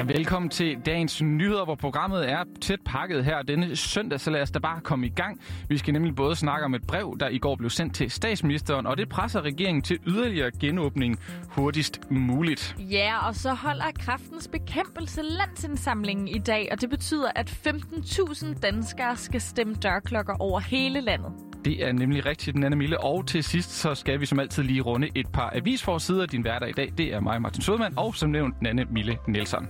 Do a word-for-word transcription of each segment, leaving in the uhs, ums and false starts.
Velkommen til dagens nyheder, hvor programmet er tæt pakket her denne søndag, så lad os da bare komme i gang. Vi skal nemlig både snakke om et brev, der i går blev sendt til statsministeren, og det presser regeringen til yderligere genåbning hurtigst muligt. Ja, og så holder Kræftens Bekæmpelse landsindsamlingen i dag, og det betyder, at femten tusind danskere skal stemme dørklokker over hele landet. Det er nemlig rigtigt, Nanne Mille. Og til sidst, så skal vi som altid lige runde et par avisforsider. Din hverdag i dag, det er mig, Martin Sodemann, og som nævnt, Nanne Mille Nielsen.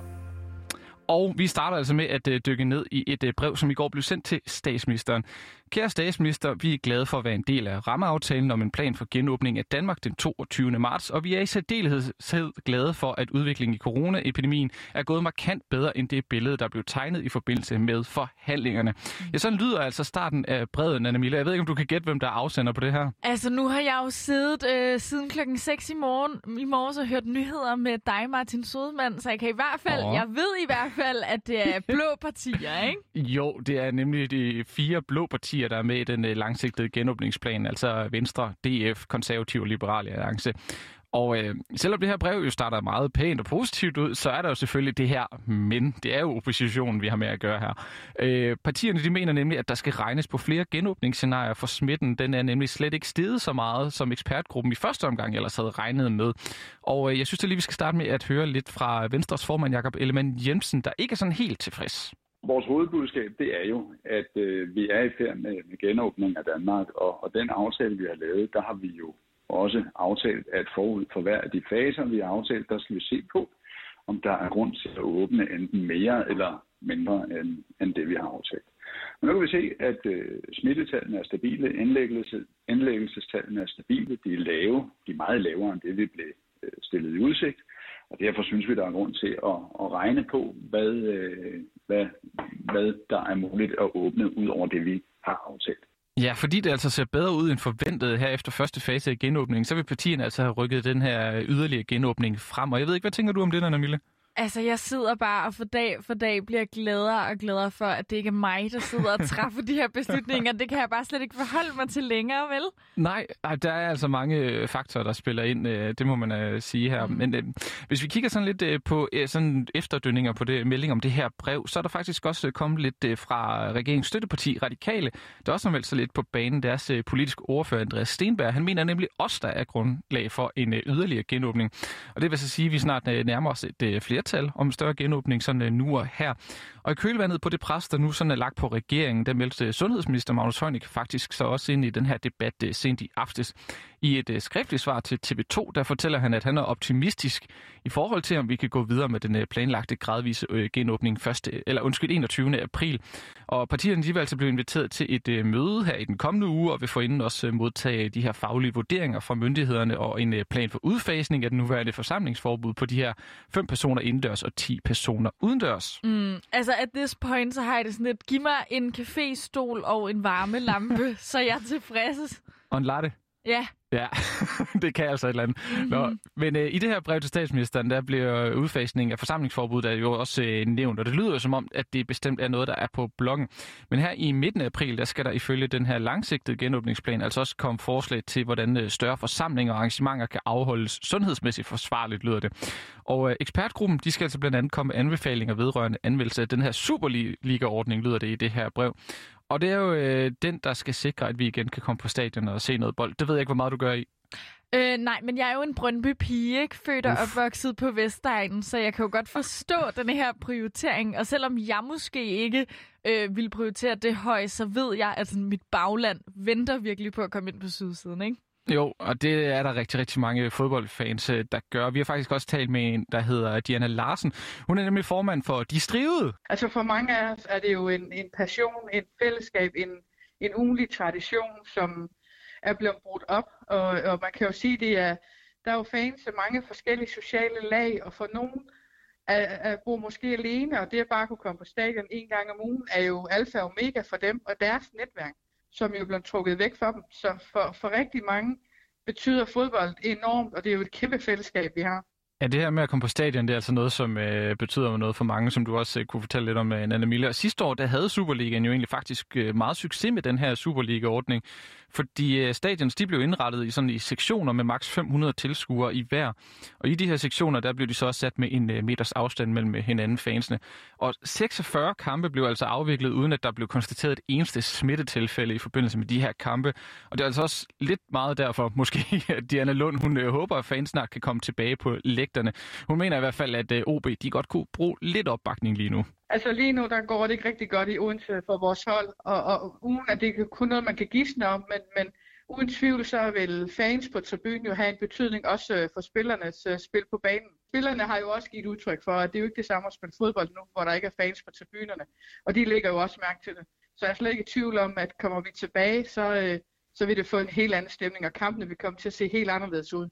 Og vi starter altså med at uh, dykke ned i et uh, brev, som i går blev sendt til statsministeren. Kære statsminister, vi er glade for at være en del af rammeaftalen om en plan for genåbning af Danmark den toogtyvende marts, og vi er i særdeleshed glade for, at udviklingen i coronaepidemien er gået markant bedre end det billede, der blev tegnet i forbindelse med forhandlingerne. Ja, sådan lyder altså starten af brevet, Nanne Mille. Jeg ved ikke, om du kan gætte, hvem der er afsender på det her. Altså, nu har jeg jo siddet øh, siden klokken seks i morgen i morges og hørt nyheder med dig, Martin Sodemann, så jeg kan i hvert fald, oh. jeg ved i hvert fald, at det er blå partier, ikke? Jo, det er nemlig de fire blå partier, der er med i den langsigtede genåbningsplan, altså Venstre, D F, Konservativ og Liberal Alliance. Og øh, selvom det her brev jo starter meget pænt og positivt ud, så er der jo selvfølgelig det her men. Det er jo oppositionen, vi har med at gøre her. Øh, partierne de mener nemlig, at der skal regnes på flere genåbningsscenarier for smitten. Den er nemlig slet ikke steget så meget, som ekspertgruppen i første omgang ellers havde regnet med. Og øh, jeg synes at lige, vi skal starte med at høre lidt fra Venstres formand Jakob Ellemann-Jensen, der ikke er sådan helt tilfreds. Vores hovedbudskab, det er jo, at øh, vi er i færd med, med genåbning af Danmark, og, og den aftale, vi har lavet, der har vi jo også aftalt, at forud for hver af de faser, vi har aftalt, der skal vi se på, om der er grund til at åbne enten mere eller mindre end, end det, vi har aftalt. Men nu kan vi se, at øh, smittetallene er stabile, indlæggelse, indlæggelsestallene er stabile, de er lave, de er meget lavere end det, vi blev øh, stillet i udsigt. Og derfor synes vi, der er grund til at, at regne på, hvad, øh, hvad, hvad der er muligt at åbne ud over det, vi har aftalt. Ja, fordi det altså ser bedre ud end forventet her efter første fase af genåbningen, så vil partierne altså have rykket den her yderligere genåbning frem. Og jeg ved ikke, hvad tænker du om det, Nanne Mille? Altså, jeg sidder bare og for dag for dag bliver gladere og gladere for, at det ikke er mig, der sidder og træffer de her beslutninger. Det kan jeg bare slet ikke forholde mig til længere, vel? Nej, der er altså mange faktorer, der spiller ind. Det må man sige her. Mm. Men øh, hvis vi kigger sådan lidt øh, på øh, sådan efterdønninger på det melding om det her brev, så er der faktisk også kommet lidt øh, fra regeringens støtteparti Radikale. Der også har meldt sig lidt på banen. Deres øh, politiske ordfører Andreas Steenberg, han mener nemlig også, der er grundlag for en øh, yderligere genåbning. Og det vil så sige, at vi snart øh, nærmer os et øh, flertal om større genåbning sådan nu og her. Og i kølvandet på det pres, der nu sådan er lagt på regeringen, der meldte sundhedsminister Magnus Heunicke faktisk så også ind i den her debat sent i aftes. I et skriftligt svar til T V to, der fortæller han, at han er optimistisk i forhold til, om vi kan gå videre med den planlagte gradvise genåbning første, eller undskyld, enogtyvende april. Og partierne de vil altså blive inviteret til et møde her i den kommende uge, og vil forinden også modtage de her faglige vurderinger fra myndighederne og en plan for udfasning af den nuværende forsamlingsforbud på de her fem personer indendørs og ti personer udendørs. Mm, altså at this point, så har jeg det sådan lidt, giv mig en caféstol og en varmelampe, så jeg er tilfreds. Og en latte. Ja. Ja, det kan altså et eller andet. Mm-hmm. Nå, men øh, i det her brev til statsministeren, der bliver udfasningen af forsamlingsforbuddet der jo også øh, nævnt, og det lyder jo som om, at det bestemt er noget, der er på bloggen. Men her i midten af april, der skal der ifølge den her langsigtede genåbningsplan altså også komme forslag til, hvordan øh, større forsamlinger og arrangementer kan afholdes sundhedsmæssigt forsvarligt, lyder det. Og øh, ekspertgruppen, de skal altså blandt andet komme med anbefalinger vedrørende anvendelse af den her Superliga-ordning, lyder det i det her brev. Og det er jo øh, den, der skal sikre, at vi igen kan komme på stadion og se noget bold. Det ved jeg ikke, hvor meget du gør i. Øh, nej, men jeg er jo en Brøndby-pige, ikke? Født og opvokset på Vestegnen, så jeg kan jo godt forstå den her prioritering. Og selvom jeg måske ikke øh, vil prioritere det højt, så ved jeg, at sådan, mit bagland venter virkelig på at komme ind på sydsiden, ikke? Jo, og det er der rigtig, rigtig mange fodboldfans, der gør. Vi har faktisk også talt med en, der hedder Diana Larsen. Hun er nemlig formand for De Strivede. Altså for mange af os er det jo en, en passion, en fællesskab, en, en ugenlig tradition, som er blevet brudt op. Og, og man kan jo sige, det er, der er jo fans af mange forskellige sociale lag, og for nogen er, er, bor måske alene, og det at bare kunne komme på stadion en gang om ugen, er jo alfa og omega for dem og deres netværk, som jo er blevet trukket væk fra dem. Så for, for rigtig mange betyder fodbold enormt, og det er jo et kæmpe fællesskab, vi har. Ja, det her med at komme på stadion, det er altså noget, som øh, betyder noget for mange, som du også øh, kunne fortælle lidt om, øh, Nanna Mille. Og sidste år, der havde Superligaen jo egentlig faktisk øh, meget succes med den her Superliga-ordning, fordi øh, stadions, de blev indrettet i sådan i sektioner med maks fem hundrede tilskuere i hver. Og i de her sektioner, der blev de så også sat med en øh, meters afstand mellem hinanden fansene. Og seksogfyrre kampe blev altså afviklet, uden at der blev konstateret et eneste smittetilfælde i forbindelse med de her kampe. Og det er altså også lidt meget derfor, måske, at Diana Lund, hun øh, håber, at fans snart kan komme tilbage på lægterne. Hun mener i hvert fald, at øh, O B, de godt kunne bruge lidt opbakning lige nu. Altså lige nu, der går det ikke rigtig godt i Odense for vores hold, og, og uden at det er kun noget, man kan gisne om, men, men uden tvivl, så vil fans på tribunen jo have en betydning også for spillernes uh, spil på banen. Spillerne har jo også givet udtryk for, at det er jo ikke det samme at spille fodbold nu, hvor der ikke er fans på tribunerne, og de lægger jo også mærke til det. Så jeg er slet ikke i tvivl om, at kommer vi tilbage, så, uh, så vil det få en helt anden stemning, og kampene vil komme til at se helt anderledes ud.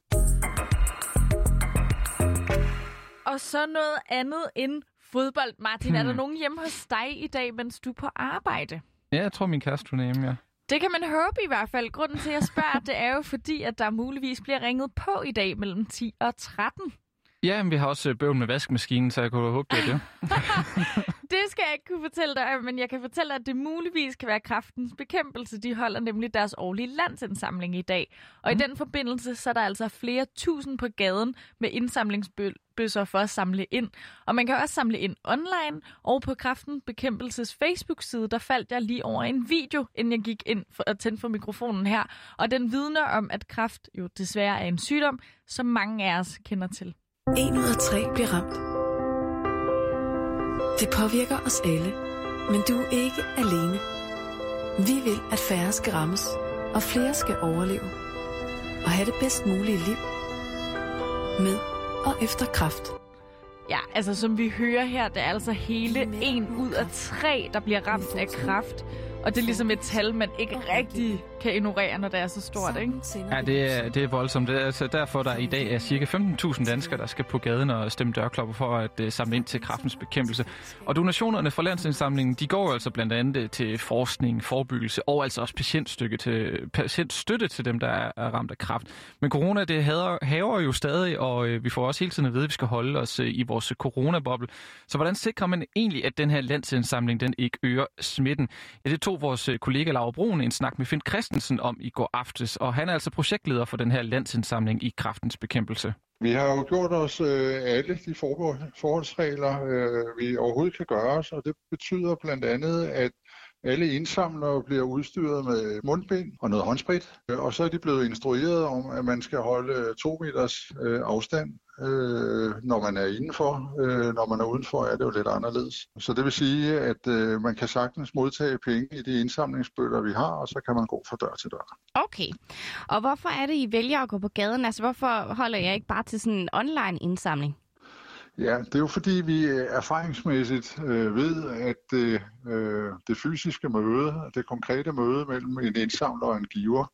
Og så noget andet end fodbold. Martin, hmm. er der nogen hjemme hos dig i dag, mens du er på arbejde? Ja, jeg tror, min kæreste hun er hjemme, ja. Det kan man håbe i hvert fald. Grunden til, at jeg spørger, det er jo fordi, at der muligvis bliver ringet på i dag mellem ti og tretten. Ja, men vi har også bøvl med vaskemaskinen, så jeg kunne håbe, det er det. Det skal jeg ikke kunne fortælle dig, men jeg kan fortælle dig, at det muligvis kan være Kræftens Bekæmpelse. De holder nemlig deres årlige landsindsamling i dag. Og mm. i den forbindelse, så er der altså flere tusind på gaden med indsamlingsbøsser for at samle ind. Og man kan også samle ind online, og på Kræftens Bekæmpelses Facebook-side, der faldt jeg lige over en video, inden jeg gik ind for at tænde for mikrofonen her. Og den vidner om, at kræft jo desværre er en sygdom, som mange af os kender til. En ud af tre bliver ramt. Det påvirker os alle, men du er ikke alene. Vi vil, at færre skal rammes, og flere skal overleve. Og have det bedst mulige liv. Med og efter kræft. Ja, altså som vi hører her, det er altså hele en ud af tre, der bliver ramt af kræft. Og det er ligesom et tal, man ikke rigtig kan ignorere, når det er så stort, ikke? Ja, det er, det er voldsomt. Det er altså derfor, der i dag er cirka femten tusind danskere, der skal på gaden og stemme dørklopper for at uh, samle ind til Kræftens Bekæmpelse. Og donationerne fra landsindsamlingen, de går altså blandt andet til forskning, forebyggelse og altså også patientstøtte til, patientstøtte til dem, der er, er ramt af kræft. Men corona, det hader, haver jo stadig, og uh, vi får også hele tiden at vide, at vi skal holde os uh, i vores coronaboble. Så hvordan sikrer man egentlig, at den her landsindsamling, den ikke øger smitten? Ja, det tog vores kollega Laura Brun en snak med Finn Christensen om i går aftes, og han er altså projektleder for den her landsindsamling i Kræftens Bekæmpelse. Vi har jo gjort os øh, alle de forholdsregler, øh, vi overhovedet kan gøre os, og det betyder blandt andet, at alle indsamlere bliver udstyret med mundbind og noget håndsprit, og så er de blevet instrueret om, at man skal holde to meters øh, afstand, øh, når man er indenfor. Øh, når man er udenfor, er det jo lidt anderledes. Så det vil sige, at øh, man kan sagtens modtage penge i de indsamlingsbøtter, vi har, og så kan man gå fra dør til dør. Okay. Og hvorfor er det, I vælger at gå på gaden? Altså, hvorfor holder jeg ikke bare til sådan en online indsamling? Ja, det er jo fordi, vi erfaringsmæssigt øh, ved, at øh, det fysiske møde, det konkrete møde mellem en indsamler og en giver,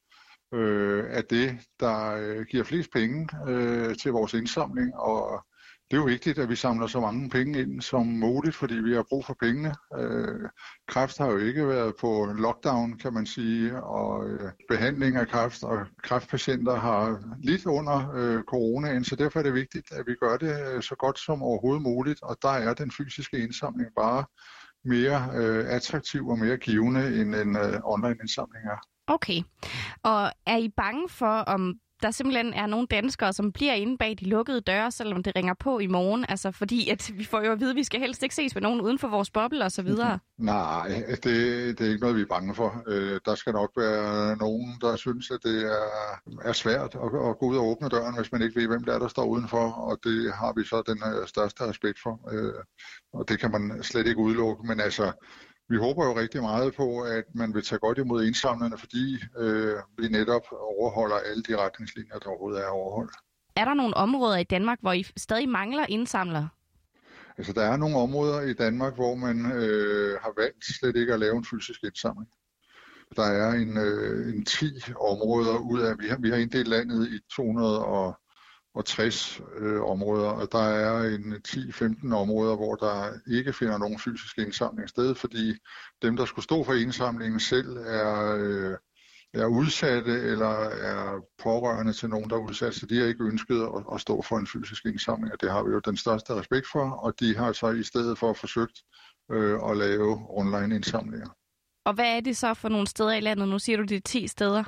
øh, er det, der øh, giver flest penge øh, til vores indsamling. Og det er jo vigtigt, at vi samler så mange penge ind som muligt, fordi vi har brug for pengene. Øh, kræft har jo ikke været på lockdown, kan man sige, og øh, behandling af kræft og kræftpatienter har lidt under øh, coronaen, så derfor er det vigtigt, at vi gør det øh, så godt som overhovedet muligt, og der er den fysiske indsamling bare mere øh, attraktiv og mere givende, end en øh, online-indsamling er. Okay. Og er I bange for, om der simpelthen er nogle danskere, som bliver inde bag de lukkede døre, selvom det ringer på i morgen? Altså fordi, at vi får jo at vide, at vi skal helst ikke ses med nogen uden for vores boble og så videre. Nej, det, det er ikke noget, vi er bange for. Øh, der skal nok være nogen, der synes, at det er, er svært at, at gå ud og åbne døren, hvis man ikke ved, hvem der er, der står udenfor. Og det har vi så den største respekt for. Øh, og det kan man slet ikke udelukke. Men altså, vi håber jo rigtig meget på, at man vil tage godt imod indsamlerne, fordi øh, vi netop overholder alle de retningslinjer, der overhovedet er overholdt. Er der nogle områder i Danmark, hvor I stadig mangler indsamlere? Altså, der er nogle områder i Danmark, hvor man øh, har valgt slet ikke at lave en fysisk indsamling. Der er en, øh, en ti områder ud af, vi har, vi har inddelt landet i to hundrede og tres øh, områder, og der er en ti til femten områder, hvor der ikke finder nogen fysisk indsamling sted, fordi dem, der skulle stå for indsamlingen selv, er, øh, er udsatte eller er pårørende til nogen, der er udsat, så de har ikke ønsket at, at stå for en fysisk indsamling, og det har vi jo den største respekt for, og de har så i stedet for forsøgt øh, at lave online indsamlinger. Og hvad er det så for nogle steder i landet? Nu siger du, det er ti steder.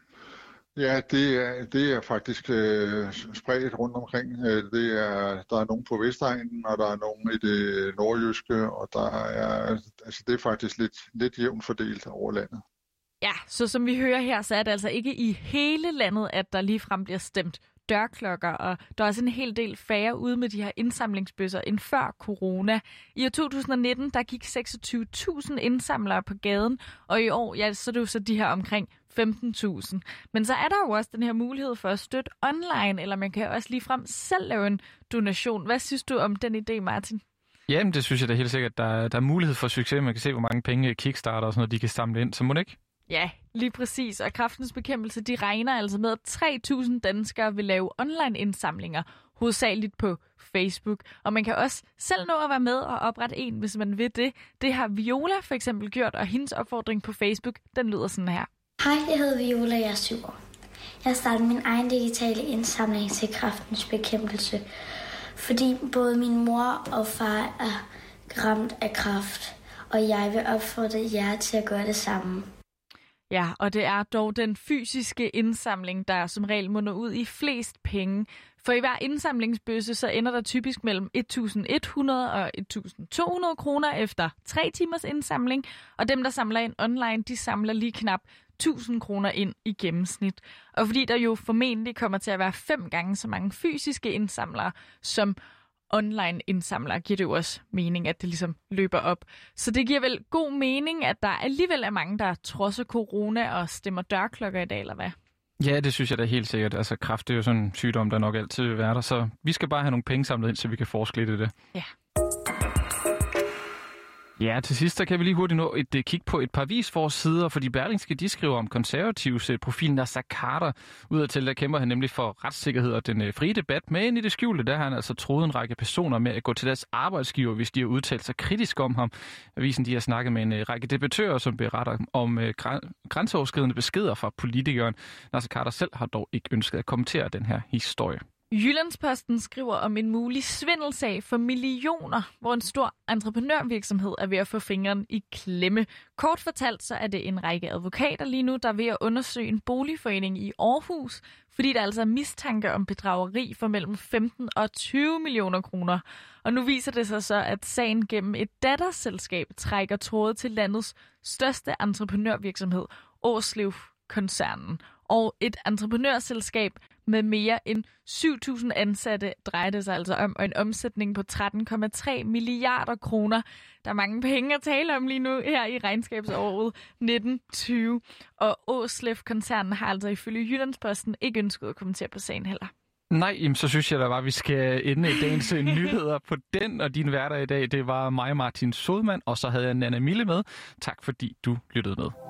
Ja, det er, det er faktisk øh, spredt rundt omkring. Det er, der er nogen på Vestegnen, og der er nogen i det nordjyske, og der er, altså det er faktisk lidt, lidt jævnt fordelt over landet. Ja, så som vi hører her, så er det altså ikke i hele landet, at der ligefrem bliver stemt dørklokker, og der er også en hel del færre ude med de her indsamlingsbøsser end før corona. I år to tusind nitten, der gik seksogtyve tusind indsamlere på gaden, og i år, ja, så er det jo så de her omkring femten tusind. Men så er der jo også den her mulighed for at støtte online, eller man kan også ligefrem selv lave en donation. Hvad synes du om den idé, Martin? Jamen, det synes jeg da helt sikkert. Der, der er mulighed for succes. Man kan se, hvor mange penge Kickstarter og sådan noget, de kan samle ind. Så må det ikke? Ja, lige præcis. Og Kræftens Bekæmpelse, de regner altså med, at tre tusind danskere vil lave online-indsamlinger, hovedsageligt på Facebook. Og man kan også selv nå at være med og oprette en, hvis man vil det. Det har Viola for eksempel gjort, og hendes opfordring på Facebook, den lyder sådan her. Hej, jeg hedder Viola, jeg er syv år. Jeg startede min egen digitale indsamling til Kræftens Bekæmpelse, fordi både min mor og far er ramt af kræft, og jeg vil opfordre jer til at gøre det samme. Ja, og det er dog den fysiske indsamling, der som regel munder ud i flest penge. For i hver indsamlingsbøsse, så ender der typisk mellem et tusind et hundrede og et tusind to hundrede kroner efter tre timers indsamling. Og dem, der samler ind online, de samler lige knap tusind kroner ind i gennemsnit. Og fordi der jo formentlig kommer til at være fem gange så mange fysiske indsamlere som online indsamlere, giver det jo også mening, at det ligesom løber op. Så det giver vel god mening, at der alligevel er mange, der trodser corona og stemmer dørklokker i dag, eller hvad? Ja, det synes jeg da helt sikkert. Altså kræft, det er jo sådan en sygdom, der nok altid vil være der, så vi skal bare have nogle penge samlet ind, så vi kan forske lidt i det. Ja. Ja, til sidst kan vi lige hurtigt nå et kig på et par avisforsider, fordi Berlingske, de skriver om konservativs profil Naser Khader. Udadtil, der kæmper han nemlig for retssikkerhed og den frie debat, men i det skjulte, der har han altså troet en række personer med at gå til deres arbejdsgiver, hvis de har udtalt sig kritisk om ham. Avisen, de har snakket med en række debattører, som beretter om grænseoverskridende beskeder fra politikeren. Naser Khader selv har dog ikke ønsket at kommentere den her historie. Jyllandsposten skriver om en mulig svindelsag for millioner, hvor en stor entreprenørvirksomhed er ved at få fingeren i klemme. Kort fortalt så er det en række advokater lige nu, der er ved at undersøge en boligforening i Aarhus, fordi der altså er mistanke om bedrageri for mellem femten og tyve millioner kroner. Og nu viser det sig så, at sagen gennem et datterselskab trækker tråde til landets største entreprenørvirksomhed, Årslev-koncernen. Og et entreprenørselskab med mere end syv tusind ansatte drejer det sig altså om, og en omsætning på tretten komma tre milliarder kroner. Der er mange penge at tale om lige nu her i regnskabsåret nitten tyve. Og Årslev-koncernen har altså ifølge Jyllandsposten ikke ønsket at kommentere på sagen heller. Nej, jamen, så synes jeg da bare, at vi skal ende dagens nyheder på den, og din hverdag i dag, det var mig, Martin Sodman, og så havde jeg Nana Mille med. Tak fordi du lyttede med.